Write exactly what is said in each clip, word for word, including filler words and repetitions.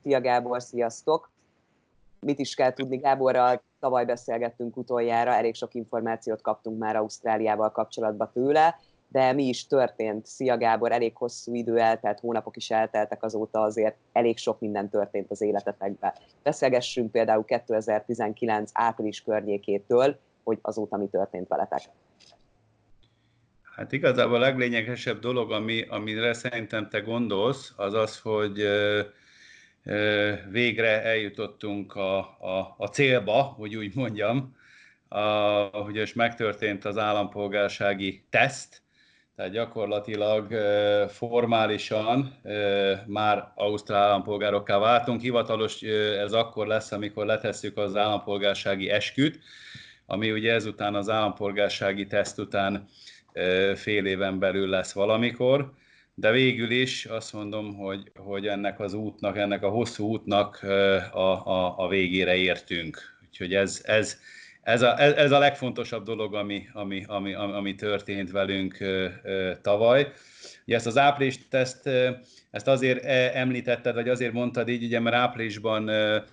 Szia Gábor, sziasztok! Mit is kell tudni Gáborral? Tavaly beszélgettünk utoljára, elég sok információt kaptunk már Ausztráliával kapcsolatban tőle, de mi is történt? Szia Gábor, elég hosszú idő eltelt, hónapok is elteltek azóta, azért elég sok minden történt az életetekben. Beszélgessünk például kétezer-tizenkilenc április környékétől, hogy azóta mi történt veletek. Hát igazából a leglényegesebb dolog, ami, amire szerintem te gondolsz, az az, hogy ö, ö, végre eljutottunk a, a, a célba, hogy úgy mondjam, a, hogy is megtörtént az állampolgársági teszt, tehát gyakorlatilag ö, formálisan ö, már ausztrál állampolgárokká váltunk. Hivatalos ö, ez akkor lesz, amikor letesszük az állampolgársági esküt, ami ugye ezután az állampolgársági teszt után fél éven belül lesz valamikor, de végül is azt mondom, hogy, hogy ennek az útnak, ennek a hosszú útnak a, a, a végére értünk. Úgyhogy ez, ez, ez, a, ez a legfontosabb dolog, ami, ami, ami, ami történt velünk tavaly. Ugye ezt az április teszt, ezt azért említetted, vagy azért mondtad így, ugye, mert áprilisban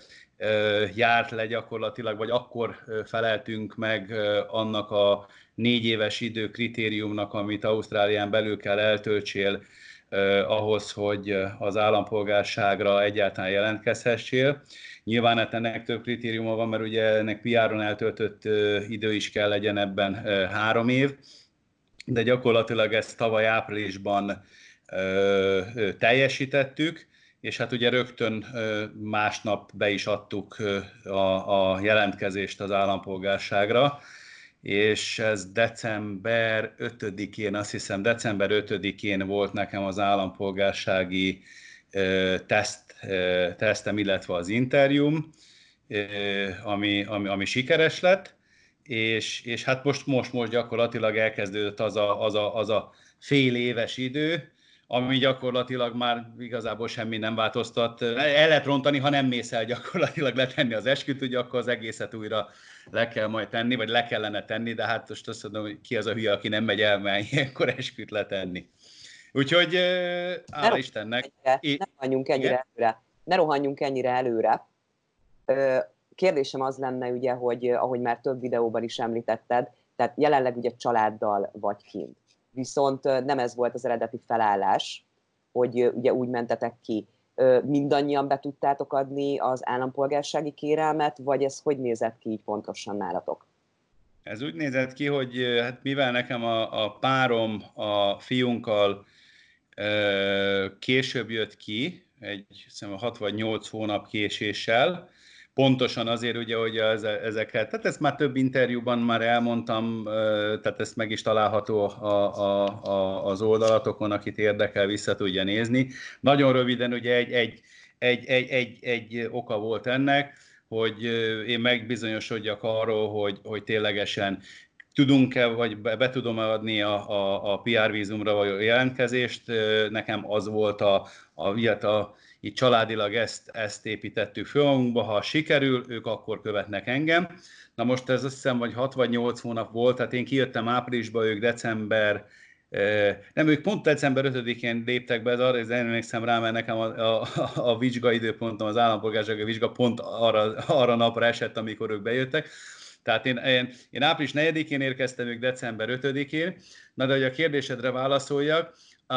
járt le gyakorlatilag, vagy akkor feleltünk meg annak a négy éves idő kritériumnak, amit Ausztrálián belül kell eltöltsél eh, ahhoz, hogy az állampolgárságra egyáltalán jelentkezhessél. Nyilván hát ennek több kritériuma van, mert ugye ennek pé er-on eltöltött eh, idő is kell legyen ebben eh, három év, de gyakorlatilag ezt tavaly áprilisban eh, teljesítettük, és hát ugye rögtön másnap be is adtuk a, a jelentkezést az állampolgárságra, és ez december ötödikén, azt hiszem december ötödikén volt nekem az állampolgársági teszt, tesztem, illetve az interjúm, ami, ami, ami sikeres lett, és, és hát most, most, most gyakorlatilag elkezdődött az a, az, a, az a fél éves idő, ami gyakorlatilag már igazából semmi nem változtat. El lehet rontani, ha nem mész el gyakorlatilag letenni az esküt, ugye akkor az egészet újra le kell majd tenni, vagy le kellene tenni, de hát most azt mondom, hogy ki az a hülye, aki nem megy el, mert ilyenkor esküt letenni. Úgyhogy hála Istennek. Ennyire, ne rohanjunk ennyire előre. Ne rohanjunk ennyire előre. Kérdésem az lenne, ugye, hogy ahogy már több videóban is említetted, tehát jelenleg ugye családdal vagy kint. Viszont nem ez volt az eredeti felállás, hogy ugye úgy mentetek ki. Mindannyian be tudtátok adni az állampolgársági kérelmet, vagy ez hogy nézett ki így pontosan nálatok? Ez úgy nézett ki, hogy hát mivel nekem a, a párom a fiunkkal később jött ki, egy hiszem, hat vagy nyolc hónap késéssel, pontosan azért ugye, hogy ezeket, tehát ezt már több interjúban már elmondtam, tehát ezt meg is található a, a, a, az oldalatokon, akit érdekel, vissza tudja nézni. Nagyon röviden ugye egy, egy, egy, egy, egy, egy oka volt ennek, hogy én megbizonyosodjak arról, hogy, hogy ténylegesen tudunk-e, vagy be, be tudom-e adni a, a, a pé er vízumra vagy a jelentkezést. Nekem az volt a, a, a így családilag ezt, ezt építettük föl magunkba, ha sikerül, ők akkor követnek engem. Na most ez azt hiszem, hogy hat vagy nyolc hónap volt, tehát én kijöttem áprilisba, ők december, nem, ők pont december ötödikén léptek be, ez arra, ez emlékszem rá, mert nekem a, a, a vizsga időpontom, az állampolgársági vizsga pont arra, arra napra esett, amikor ők bejöttek. Tehát én, én, én április negyedikén érkeztem, ők december ötödikén. Na de hogy a kérdésedre válaszoljak, a,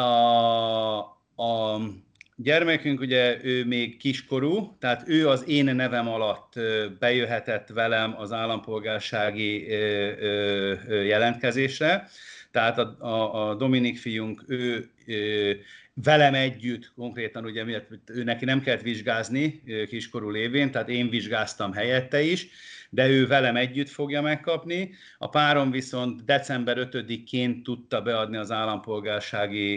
a gyermekünk ugye ő még kiskorú, tehát ő az én nevem alatt bejöhetett velem az állampolgársági jelentkezésre. Tehát a, a, a Dominik fiunk, ő, ő velem együtt konkrétan, ugye miért ő neki nem kellett vizsgázni kiskorú lévén, tehát én vizsgáztam helyette is, de ő velem együtt fogja megkapni. A párom viszont december ötödikén tudta beadni az állampolgársági,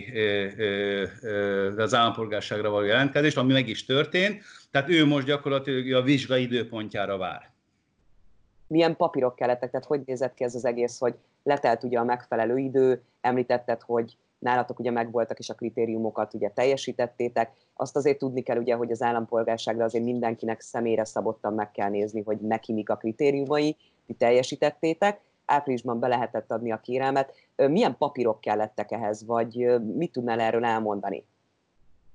az állampolgárságra való jelentkezést, ami meg is történt, tehát ő most gyakorlatilag a vizsga időpontjára vár. Milyen papírok kellettek, tehát hogy nézett ki ez az egész, hogy letelt ugye a megfelelő idő, említetted, hogy nálatok ugye megvoltak és a kritériumokat ugye teljesítettétek. Azt azért tudni kell ugye, hogy az állampolgárságra azért mindenkinek személyre szabottan meg kell nézni, hogy neki mik a kritériumai, ti teljesítettétek. Áprilisban be lehetett adni a kérelmet. Milyen papírok kellettek ehhez, vagy mit tudnál erről elmondani?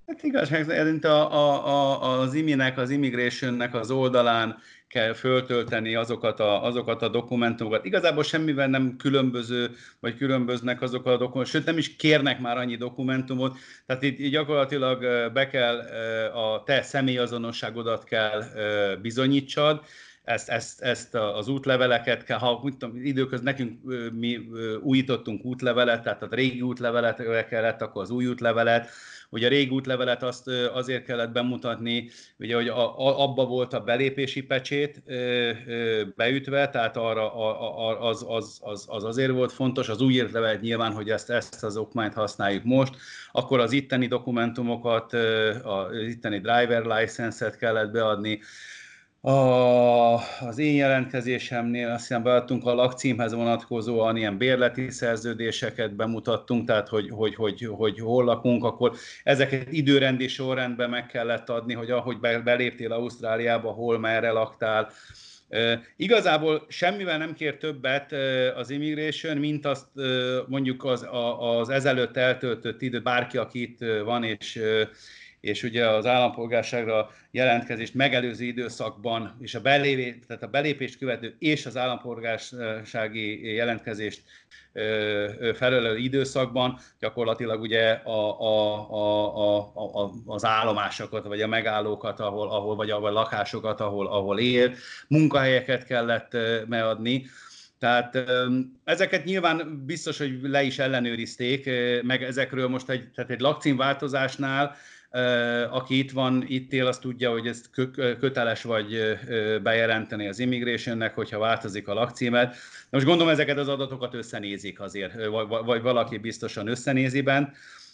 Hát igazság szerint a, a, a, az iminek, az immigrationnek az oldalán kell föltölteni azokat a, azokat a dokumentumokat. Igazából semmivel nem különböző, vagy különböznek azok a dokumentumok, sőt nem is kérnek már annyi dokumentumot. Tehát itt, itt gyakorlatilag be kell, a te személyazonosságodat kell bizonyítsad, ezt, ezt, ezt az útleveleket kell, ha tudom, időközben nekünk mi újítottunk útlevelet, tehát a régi útlevelet kellett, akkor az új útlevelet. Ugye a régi útlevelet azt azért kellett bemutatni, ugye, hogy a, a, abba volt a belépési pecsét beütve, tehát arra az, az, az, az azért volt fontos, az új útlevelet nyilván, hogy ezt, ezt az okmányt használjuk most, akkor az itteni dokumentumokat, az itteni driver license-et kellett beadni. A, az én jelentkezésemnél azt hiszem beadtunk a lakcímhez vonatkozóan ilyen bérleti szerződéseket bemutattunk, tehát hogy, hogy, hogy, hogy hol lakunk, akkor ezeket időrendi sorrendben meg kellett adni, hogy ahogy beléptél Ausztráliába, hol merre laktál. Igazából semmivel nem kér többet az immigration, mint azt mondjuk az, az ezelőtt eltöltött idő, bárki, aki itt van, és és ugye az állampolgárságra jelentkezést megelőző időszakban, és a, belépés, tehát a belépést követő és az állampolgársági jelentkezést felelő időszakban gyakorlatilag ugye a, a, a, a, az állomásokat, vagy a megállókat, ahol, ahol vagy a lakásokat, ahol, ahol él, munkahelyeket kellett megadni. Tehát ezeket nyilván biztos, hogy le is ellenőrizték, meg ezekről most egy, tehát egy lakcímváltozásnál, aki itt van, itt él, azt tudja, hogy ezt köteles vagy bejelenteni az immigrationnek, hogyha változik a lakcímet. Most gondolom, ezeket az adatokat összenézik azért, vagy valaki biztosan összenézi bent.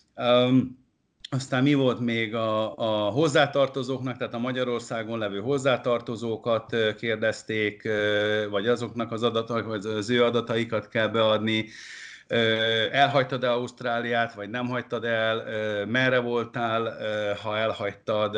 Aztán mi volt még a, a hozzátartozóknak, tehát a Magyarországon levő hozzátartozókat kérdezték, vagy azoknak az adatok, vagy az ő adataikat kell beadni. Elhagytad-e Ausztráliát, vagy nem hagytad el, merre voltál, ha elhagytad,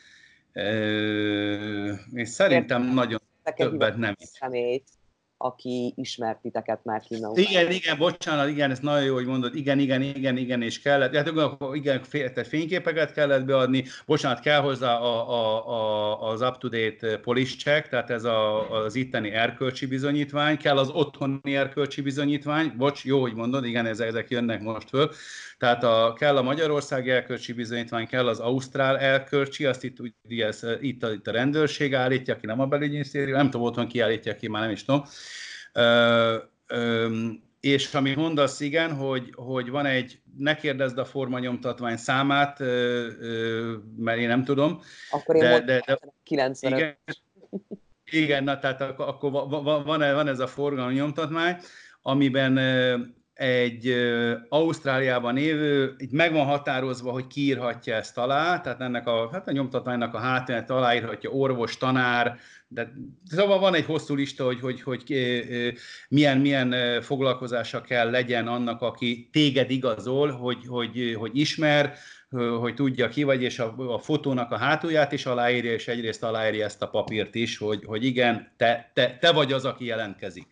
és szerintem nagyon többet nem is. Személyt, aki ismert titeket már kínálni. Igen, igen, bocsánat, igen, ez nagyon jó, hogy mondod, igen, igen, igen, igen, és kellett, hát igen, tehát fényképeket kellett beadni, bocsánat, kell hozzá a, a, a, az up-to-date police check, tehát ez a, az itteni erkölcsi bizonyítvány, kell az otthoni erkölcsi bizonyítvány, bocs, jó, hogy mondod, igen, ezek, ezek jönnek most föl, tehát a, kell a magyarországi erkölcsi bizonyítvány, kell az ausztrál erkölcsi, azt itt, ugye, ez, itt, a, itt a rendőrség állítja ki, nem a belügyminisztérium, nem tudom, otthon ki állítja ki, már nem is tudom. Ö, ö, és amit mondasz, igen, hogy, hogy van egy, ne kérdezd a formanyomtatvány számát, ö, ö, mert én nem tudom. Akkor én de, de, de, kilencvenöt. Igen, igen, na, tehát akkor, akkor van, van ez a forgalomnyomtatvány, amiben egy Ausztráliában élő, itt meg van határozva, hogy ki írhatja ezt alá, tehát ennek a, hát a nyomtatványnak a háttérét aláírhatja orvos, tanár, de szóval van egy hosszú lista, hogy, hogy, hogy milyen, milyen foglalkozása kell legyen annak, aki téged igazol, hogy, hogy, hogy ismer, hogy tudja ki vagy, és a, a fotónak a hátulját is aláírja, és egyrészt aláírja ezt a papírt is, hogy, hogy igen, te, te, te vagy az, aki jelentkezik.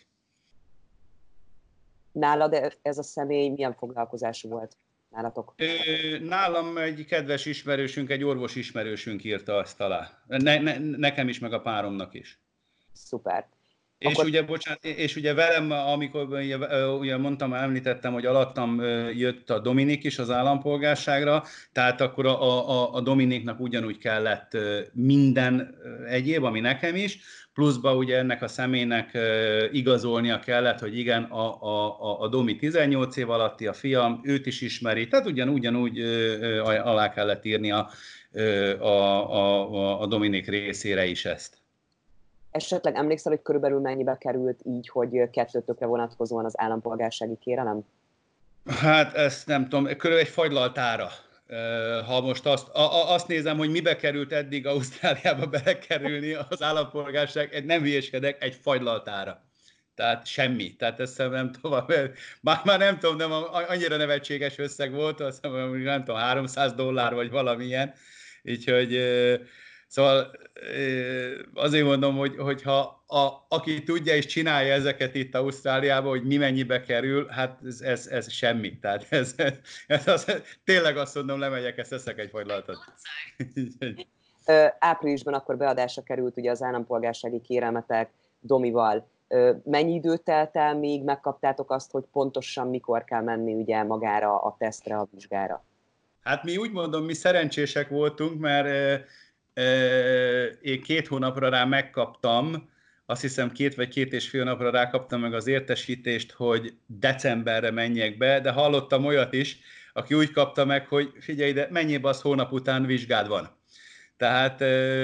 Nálad ez a személy milyen foglalkozású volt nálatok? Nálam egy kedves ismerősünk, egy orvos ismerősünk írta azt alá. Ne, ne, nekem is, meg a páromnak is. Szuper. És, Akkor... ugye, bocsánat, és ugye velem, amikor ugye, ugye mondtam, említettem, hogy alattam jött a Dominik is az állampolgárságra, tehát akkor a, a, a Dominiknak ugyanúgy kellett minden egyéb, ami nekem is, pluszba ugye ennek a személynek igazolnia kellett, hogy igen, a, a, a Domi tizennyolc év alatti, a fiam, őt is ismeri, tehát ugyan, ugyanúgy alá kellett írni a, a, a, a Dominik részére is ezt. Esetleg emlékszel, hogy körülbelül mennyibe került így, hogy kettőtökre vonatkozóan az állampolgársági kérelem? Hát ezt nem tudom, körülbelül egy fagylaltára. Ha most azt, a, azt nézem, hogy mibe került eddig Ausztráliába belekerülni az állampolgárság, nem hülyeskedek, egy fagylaltára. Tehát semmi. Tehát ezt nem tudom, már, már nem tudom, nem annyira nevetséges összeg volt, azt nem tudom, háromszáz dollár vagy valamilyen. Úgyhogy Szóval azért mondom, hogy, hogyha a, aki tudja és csinálja ezeket itt Ausztráliában, hogy mi mennyibe kerül, hát ez, ez, ez semmi. Tehát ez, ez az, tényleg azt mondom, lemegyek, ezt eszek egy fagylaltot. Áprilisban akkor beadásra került ugye az állampolgársági kérelmetek Domival. Mennyi időt telt el, míg megkaptátok azt, hogy pontosan mikor kell menni ugye magára a tesztre, a vizsgára? Hát mi úgy mondom, mi szerencsések voltunk, mert e, e, én két hónapra rá megkaptam, azt hiszem két vagy két és fél napra rá kaptam meg az értesítést, hogy decemberre menjek be, de hallottam olyat is, aki úgy kapta meg, hogy figyelj, de mennyibe az hónap után vizsgád van. Tehát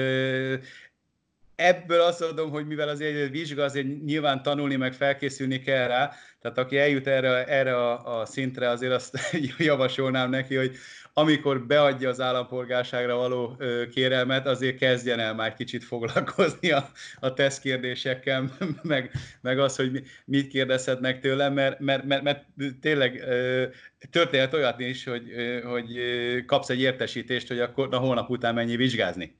ebből azt mondom, hogy mivel azért egy vizsga, azért nyilván tanulni, meg felkészülni kell rá, tehát aki eljut erre, erre a, a szintre, azért azt javasolnám neki, hogy amikor beadja az állampolgárságra való kérelmet, azért kezdjen el már kicsit foglalkozni a, a tesztkérdésekkel, meg, meg az, hogy mit kérdezhetnek tőlem, mert, mert, mert, mert tényleg történt olyat is, hogy, hogy kapsz egy értesítést, hogy akkor a hónap után mennyi vizsgázni.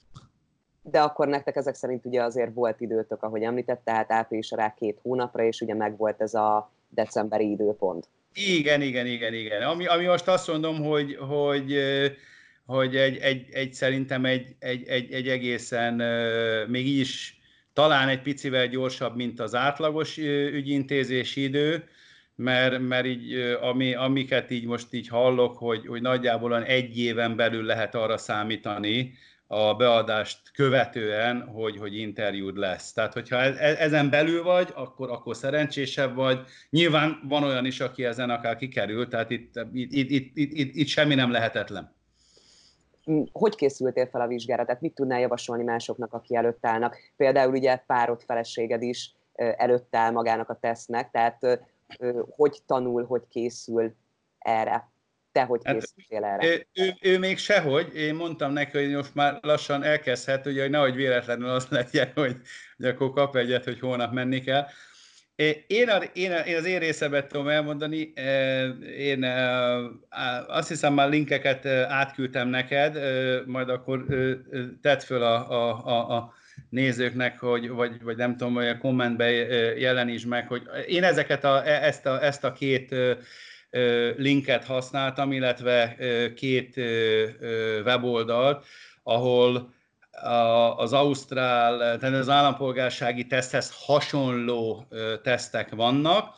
De akkor nektek ezek szerint ugye azért volt időtök, ahogy említett, tehát áprilisra rá két hónapra, és ugye megvolt ez a decemberi időpont. Igen, igen, igen, igen. Ami, ami most azt mondom, hogy, hogy, hogy egy, egy, egy, szerintem egy, egy, egy, egy egészen, még így is talán egy picivel gyorsabb, mint az átlagos ügyintézési idő, mert, mert így, ami, amiket így most így hallok, hogy, hogy nagyjából egy éven belül lehet arra számítani, a beadást követően, hogy, hogy interjúd lesz. Tehát, hogyha ezen belül vagy, akkor, akkor szerencsésebb vagy. Nyilván van olyan is, aki ezen akár kikerül, tehát itt, itt, itt, itt, itt, itt semmi nem lehetetlen. Hogy készültél fel a vizsgára? Tehát mit tudnál javasolni másoknak, aki előtt állnak? Például ugye párod, feleséged is előtt áll magának a tesztnek, tehát hogy tanul, hogy készül erre? Te hogy készültél erre? Ő, ő, ő még sehogy. Én mondtam neki, hogy most már lassan elkezdhet, ugye, hogy nehogy véletlenül az legyen, hogy, hogy akkor kap egyet, hogy holnap menni kell. Én, a, én, a, én az én részemet tudom elmondani, én azt hiszem már linkeket átküldtem neked, majd akkor tedd föl a, a, a, a nézőknek, hogy, vagy, vagy nem tudom, hogy a kommentben jelenítsd meg, hogy én ezeket a, ezt, a, ezt a két linket használtam, illetve két weboldalt, ahol az ausztrál, tehát az állampolgársági teszthez hasonló tesztek vannak,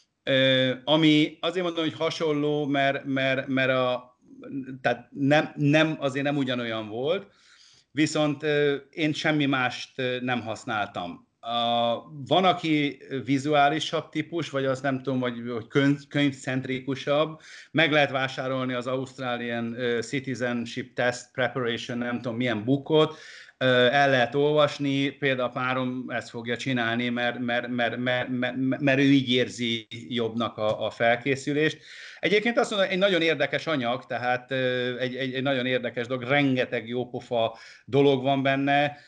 ami azért mondom, hogy hasonló, mert, mert, mert a, tehát nem, nem, azért nem ugyanolyan volt, viszont én semmi mást nem használtam. Van, aki vizuálisabb típus, vagy azt nem tudom, vagy, vagy könyv, könyvcentrikusabb. Meg lehet vásárolni az Australian Citizenship Test Preparation, nem tudom milyen bookot, el lehet olvasni, például a párom ezt fogja csinálni, mert, mert, mert, mert, mert, mert ő így érzi jobbnak a, a felkészülést. Egyébként azt mondom, egy nagyon érdekes anyag, tehát egy, egy, egy nagyon érdekes dolog, rengeteg jópofa dolog van benne,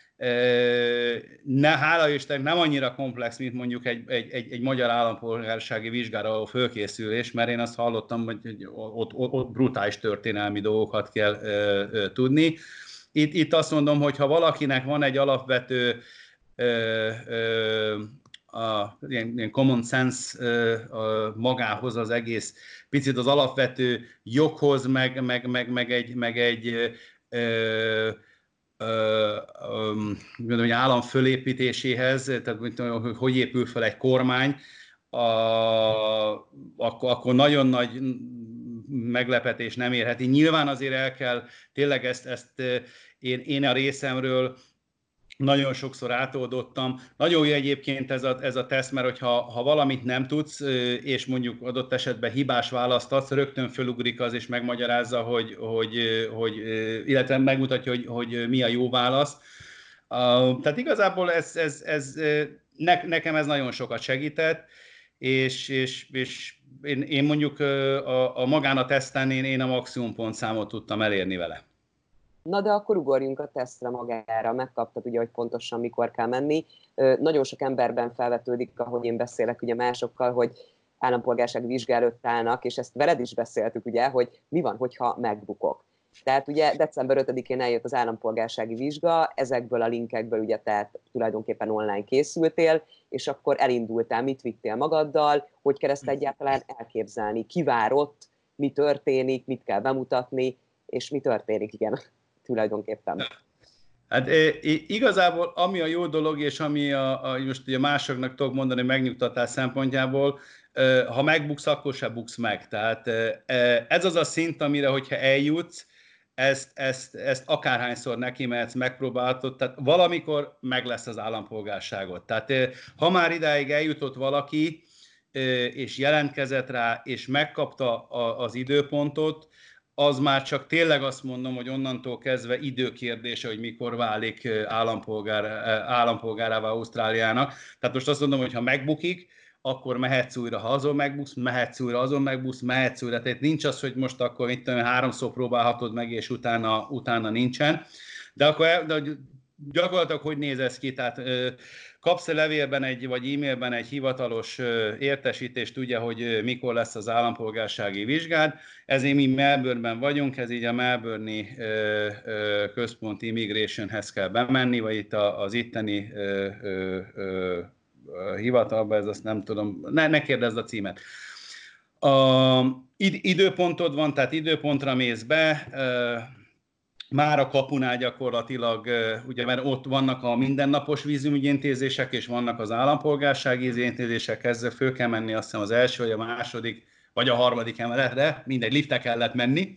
ne, hála Istennek nem annyira komplex, mint mondjuk egy, egy, egy, egy magyar állampolgársági vizsgára való fölkészülés, mert én azt hallottam, hogy ott, ott, ott brutális történelmi dolgokat kell ö, ö, tudni. Itt, itt azt mondom, hogy ha valakinek van egy alapvető ö, ö, a, ilyen, ilyen common sense ö, a magához az egész, picit az alapvető joghoz, meg, meg, meg, meg egy, meg egy ö, hogy állam fölépítéséhez, tehát hogy, hogy épül fel egy kormány, a, akkor, akkor nagyon nagy meglepetés nem érheti. Nyilván azért el kell, tényleg ezt, ezt én, én a részemről nagyon sokszor átoldottam. Nagyon jó egyébként ez a, ez a teszt, mert hogyha, ha valamit nem tudsz, és mondjuk adott esetben hibás választ adsz, rögtön fölugrik az, és megmagyarázza, hogy, hogy, hogy illetve megmutatja, hogy, hogy mi a jó válasz. Tehát igazából ez, ez, ez, ne, nekem ez nagyon sokat segített, és, és, és én, én mondjuk a, a magán a teszten én, én a maximum pontszámot tudtam elérni vele. Na de akkor ugorjunk a tesztre magára, megkaptad ugye, hogy pontosan mikor kell menni. Nagyon sok emberben felvetődik, ahogy én beszélek ugye másokkal, hogy állampolgársági vizsga előtt állnak, és ezt veled is beszéltük ugye, hogy mi van, hogyha megbukok. Tehát ugye december ötödikén eljött az állampolgársági vizsga, ezekből a linkekből ugye tehát tulajdonképpen online készültél, és akkor elindultál, mit vittél magaddal, hogy kell ezt egyáltalán elképzelni, ki várott, mi történik, mit kell bemutatni, és mi történik, igen, tulajdonképpen. Hát igazából ami a jó dolog, és ami a, a, most ugye másoknak tudok mondani megnyugtatás szempontjából, ha megbuksz, akkor se buksz meg. Tehát ez az a szint, amire, hogyha eljutsz, ezt, ezt, ezt akárhányszor neki mehetsz, megpróbáltad, tehát valamikor meg lesz az állampolgárságot. Tehát ha már idáig eljutott valaki, és jelentkezett rá, és megkapta az időpontot, az már csak tényleg azt mondom, hogy onnantól kezdve időkérdése, hogy mikor válik állampolgár, állampolgárává Ausztráliának. Tehát most azt mondom, hogy ha megbukik, akkor mehetsz újra, ha azon megbuksz, mehetsz újra, azon megbuksz, mehetsz újra. Tehát nincs az, hogy most akkor mit tudom, háromszor próbálhatod meg, és utána, utána nincsen. De akkor de gyakorlatilag hogy néz ez ki? Tehát kapsz a levélben egy, vagy e-mailben egy hivatalos értesítést, tudja, hogy mikor lesz az állampolgársági vizsgád. Ezért mi Melbourne-ben vagyunk, ez így a Melbourne-i központi immigrationhez kell bemenni, vagy itt az itteni ö, ö, ö, hivatalba, ez azt nem tudom, ne, ne kérdezz a címet. A, id, időpontod van, tehát időpontra mész be, ö, már a kapunál gyakorlatilag, ugye, mert ott vannak a mindennapos vízumügyintézések, és vannak az állampolgársági intézések, ezzel föl kell menni, azt hiszem az első, vagy a második, vagy a harmadik emeletre, mindegy, liftre kellett menni.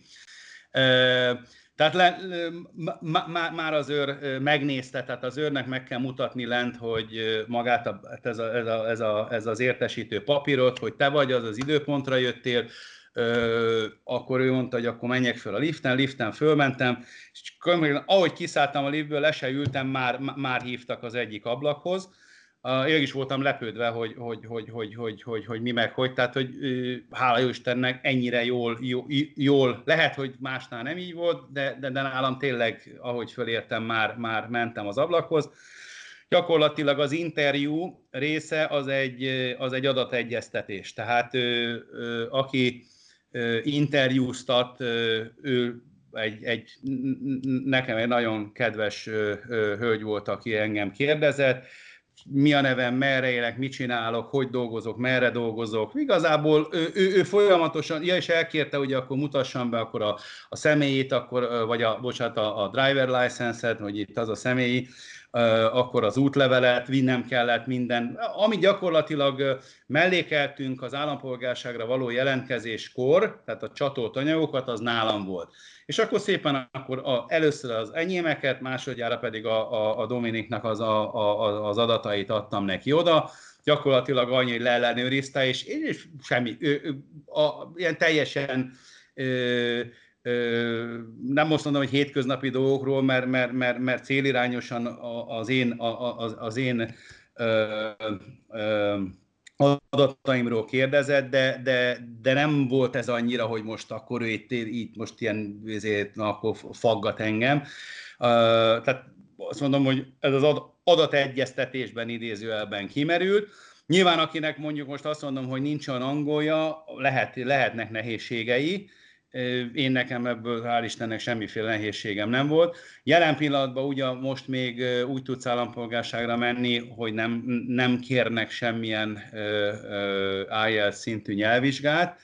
Tehát le, má, már az őr megnézte, tehát az őrnek meg kell mutatni lent, hogy magát a, ez, a, ez, a, ez, a, ez az értesítő papírot, hogy te vagy, az az időpontra jöttél, Ö, akkor ő mondta, hogy akkor menjek föl a liften, liften fölmentem, és ahogy kiszálltam a liftből, le se ültem, már, már hívtak az egyik ablakhoz. Uh, én is voltam lepődve, hogy, hogy, hogy, hogy, hogy, hogy, hogy mi meg hogy, tehát hogy hála jó Istennek ennyire jól, jól, jól, lehet, hogy másnál nem így volt, de, de, de nálam tényleg, ahogy fölértem, már, már mentem az ablakhoz. Gyakorlatilag az interjú része az egy, az egy adategyeztetés, tehát ö, ö, aki interjúztat, ő egy, egy, nekem egy nagyon kedves hölgy volt, aki engem kérdezett, mi a nevem, merre élek, mit csinálok, hogy dolgozok, merre dolgozok. Igazából ő, ő, ő folyamatosan, ja, és elkérte, hogy akkor mutassam be akkor a, a személyét, akkor, vagy a, bocsánat, a, a driver license-et, hogy itt az a személyi, akkor az útlevelet, vinnem kellett minden, ami gyakorlatilag mellékeltünk az állampolgárságra való jelentkezéskor, tehát a csatolt anyagokat, az nálam volt. És akkor szépen akkor a, először az enyémeket, másodjára pedig a, a, a Dominiknak az, a, a, az adatait adtam neki oda, gyakorlatilag annyi, hogy leellenőrizte, és, és semmi, ő, ő, a, ilyen teljesen ö, Ö, nem most mondom, hogy hétköznapi dolgokról, mert, mert, mert, mert célirányosan az én, az, az én ö, ö, adataimról kérdezett, de, de, de nem volt ez annyira, hogy most akkor ő itt, itt most ilyen ezért, na, akkor faggat engem. Ö, tehát azt mondom, hogy ez az adategyeztetésben idézőjelben kimerült. Nyilván akinek mondjuk most azt mondom, hogy nincs olyan angolja, lehet, lehetnek nehézségei. Én nekem ebből hál' Istennek semmiféle nehézségem nem volt. Jelen pillanatban ugye most még úgy tudsz állampolgárságra menni, hogy nem, nem kérnek semmilyen I E L T S szintű nyelvvizsgát.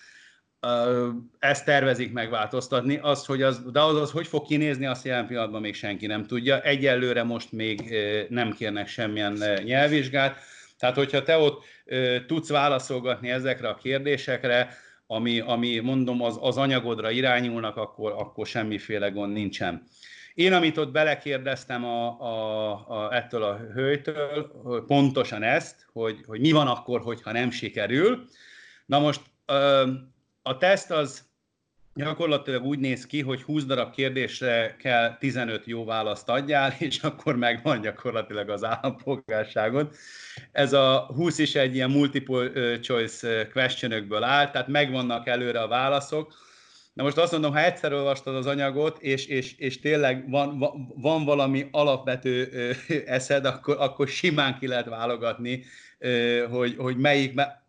Ezt tervezik megváltoztatni. Az, hogy az, de az, az hogy fog kinézni, azt jelen pillanatban még senki nem tudja. Egyelőre most még nem kérnek semmilyen nyelvvizsgát. Tehát, hogyha te ott tudsz válaszolgatni ezekre a kérdésekre, Ami, ami mondom, az, az anyagodra irányulnak, akkor, akkor semmiféle gond nincsen. Én, amit ott belekérdeztem a, a, a, ettől a hölgytől, pontosan ezt, hogy, hogy mi van akkor, hogyha nem sikerül. Na most a teszt az gyakorlatilag úgy néz ki, hogy húsz darab kérdésre kell tizenöt jó választ adjál, és akkor megvan gyakorlatilag az állampolgárságod. Ez a húsz is egy ilyen multiple choice questionökből áll, tehát megvannak előre a válaszok. Na most azt mondom, ha egyszer olvastad az anyagot, és, és, és tényleg van, van valami alapvető eszed, akkor, akkor simán ki lehet válogatni, hogy, hogy melyik.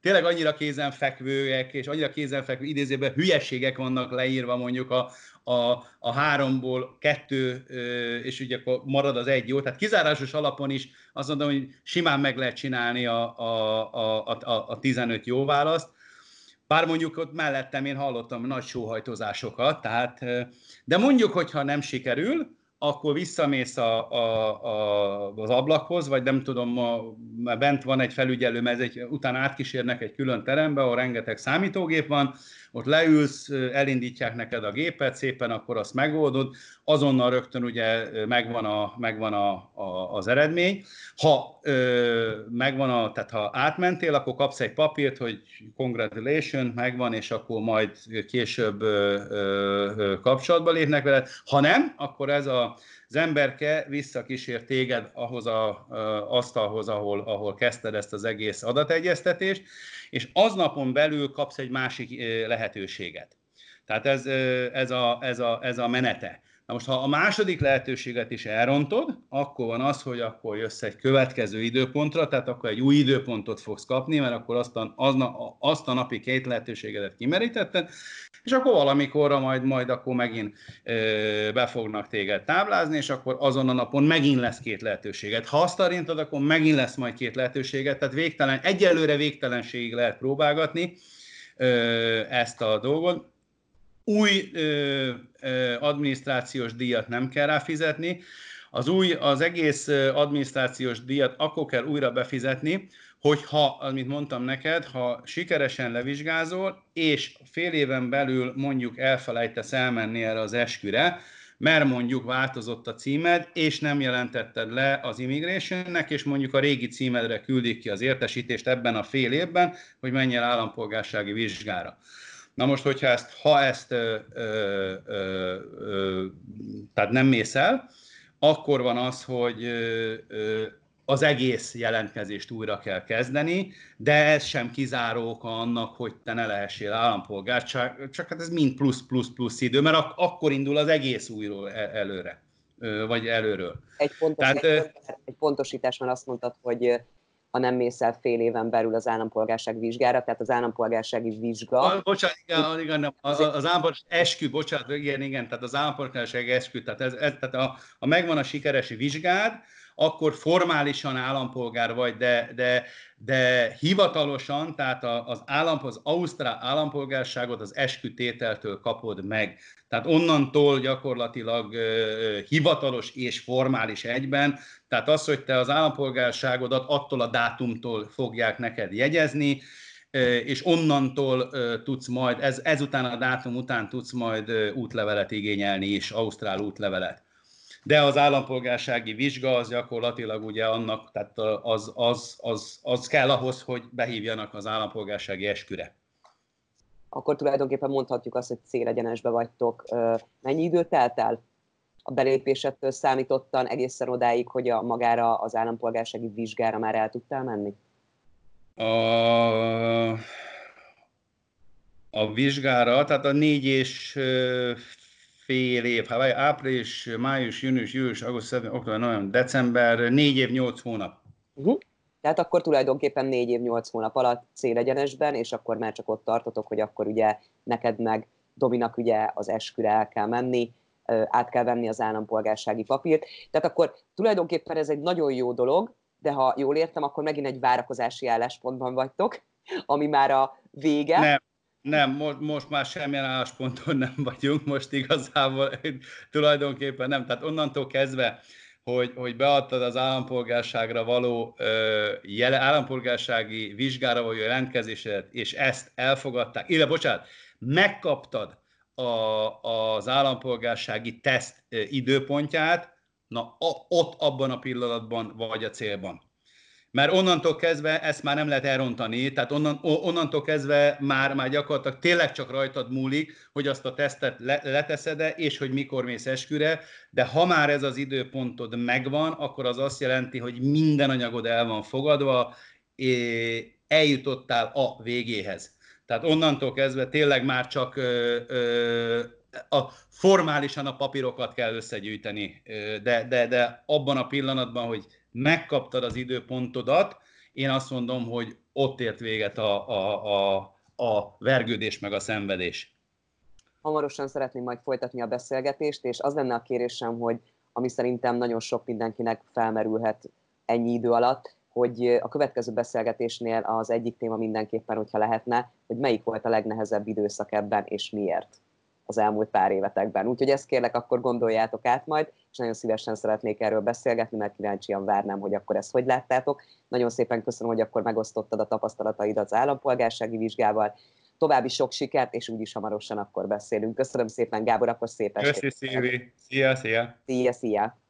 tényleg annyira kézenfekvőek, és annyira kézenfekvő idézőben hülyeségek vannak leírva mondjuk a, a, a háromból kettő, és ugye akkor marad az egy jó. Tehát kizárásos alapon is azt mondom, hogy simán meg lehet csinálni a, a, a, a, a tizenöt jó választ. Bár mondjuk ott mellettem én hallottam nagy sóhajtozásokat, tehát, de mondjuk, hogyha nem sikerül, akkor visszamész a, a, a, az ablakhoz, vagy nem tudom, ma, bent van egy felügyelő, mert egy, utána átkísérnek egy külön terembe, ahol rengeteg számítógép van, ott leülsz, elindítják neked a gépet, szépen akkor azt megoldod, azonnal rögtön ugye megvan, a, megvan a, a, az eredmény. Ha ö, megvan a, tehát ha átmentél, akkor kapsz egy papírt, hogy congratulations, megvan, és akkor majd később ö, ö, kapcsolatba lépnek veled. Ha nem, akkor ez a, az emberke visszakísér téged ahhoz a asztalhoz, ahol, ahol kezdted ezt az egész adategyeztetést, és aznapon belül kapsz egy másik lehetőséget. Tehát ez, ez, a, ez, a, ez a menete. Na most, ha a második lehetőséget is elrontod, akkor van az, hogy akkor jössz egy következő időpontra, tehát akkor egy új időpontot fogsz kapni, mert akkor azt a, azna, azt a napi két lehetőségedet kimerítetted, és akkor valamikorra majd, majd akkor megint ö, be fognak téged táblázni, és akkor azon a napon megint lesz két lehetőséged. Ha azt arintod, akkor megint lesz majd két lehetőséged, tehát végtelen, egyelőre végtelenségig lehet próbálgatni ö, ezt a dolgot. Új ö, ö, adminisztrációs díjat nem kell rá fizetni. Az, új, az egész adminisztrációs díjat akkor kell újra befizetni, hogyha, amit mondtam neked, ha sikeresen levizsgázol, és fél éven belül mondjuk elfelejtesz elmenni erre az esküre, mert mondjuk változott a címed, és nem jelentetted le az immigrationnek, és mondjuk a régi címedre küldik ki az értesítést ebben a fél évben, hogy menjél állampolgársági vizsgára. Na most, hogyha ezt, ha ezt ö, ö, ö, ö, tehát nem mész el, akkor van az, hogy ö, ö, az egész jelentkezést újra kell kezdeni, de ez sem kizáró oka annak, hogy te ne lehessél állampolgár, csak, csak hát ez mind plusz-plusz-plusz idő, mert ak- akkor indul az egész újról előre, vagy előről. Egy, pontos, Tehát, egy, egy pontosítás, mert azt mondtad, hogy ha nem mész el fél éven belül az állampolgárság vizsgára, tehát az állampolgársági vizsga... A, bocsánat, igen, igen nem, az, az állampolgárság eskü, bocsánat, igen, igen, tehát az állampolgársági eskü, tehát, ez, ez, tehát a, a megvan a sikeres vizsgád, akkor formálisan állampolgár vagy, de, de, de hivatalosan, tehát az, állam, az ausztrál állampolgárságot az eskütételtől kapod meg. Tehát onnantól gyakorlatilag uh, hivatalos és formális egyben, tehát az, hogy te az állampolgárságodat attól a dátumtól fogják neked jegyezni, és onnantól tudsz majd, ez, ezután a dátum után tudsz majd útlevelet igényelni is, ausztrál útlevelet. De az állampolgársági vizsga az gyakorlatilag ugye annak, tehát az, az, az, az kell ahhoz, hogy behívjanak az állampolgársági esküre. Akkor tulajdonképpen mondhatjuk azt, hogy célegyenesbe vagytok. Mennyi idő telt el a belépésettől számítottan egészen odáig, hogy a magára az állampolgársági vizsgára már el tudtál menni? A, a vizsgára, tehát a négy és fél év, hát április, május, június, július, augusztus, szeptember, október, november, december, négy év, nyolc hónap. Uh-huh. Tehát akkor tulajdonképpen négy év, nyolc hónap alatt célegyenesben, és akkor már csak ott tartotok, hogy akkor ugye neked meg Dominak ugye az esküre el kell menni, át kell venni az állampolgársági papírt. Tehát akkor tulajdonképpen ez egy nagyon jó dolog, de ha jól értem, akkor megint egy várakozási álláspontban vagytok, ami már a vége. Nem. Nem, most, most már semmilyen állásponton nem vagyunk, most igazából tulajdonképpen nem. Tehát onnantól kezdve, hogy, hogy beadtad az állampolgárságra való jele, állampolgársági vizsgára való jelentkezésedet, és ezt elfogadták, illetve bocsánat, megkaptad a, az állampolgársági teszt időpontját, na a, ott abban a pillanatban vagy a célban. Mert onnantól kezdve ezt már nem lehet elrontani, tehát onnan, onnantól kezdve már, már gyakorlatilag tényleg csak rajtad múlik, hogy azt a tesztet le, leteszed-e, és hogy mikor mész esküre, de ha már ez az időpontod megvan, akkor az azt jelenti, hogy minden anyagod el van fogadva, eljutottál a végéhez. Tehát onnantól kezdve tényleg már csak ö, ö, a, formálisan a papírokat kell összegyűjteni, de, de, de abban a pillanatban, hogy megkaptad az időpontodat, én azt mondom, hogy ott ért véget a, a, a, a vergődés meg a szenvedés. Hamarosan szeretném majd folytatni a beszélgetést, és az lenne a kérésem, hogy ami szerintem nagyon sok mindenkinek felmerülhet ennyi idő alatt, hogy a következő beszélgetésnél az egyik téma mindenképpen, hogyha lehetne, hogy melyik volt a legnehezebb időszak ebben, és miért az elmúlt pár évetekben. Úgyhogy ezt kérlek, akkor gondoljátok át majd, és nagyon szívesen szeretnék erről beszélgetni, mert kíváncsian várnám, hogy akkor ezt hogy láttátok. Nagyon szépen köszönöm, hogy akkor megosztottad a tapasztalataidat az állampolgársági vizsgával. További sok sikert, és úgyis hamarosan akkor beszélünk. Köszönöm szépen, Gábor, akkor szép estét! Köszi, Szilvi! Szia, szia! Szia, szia!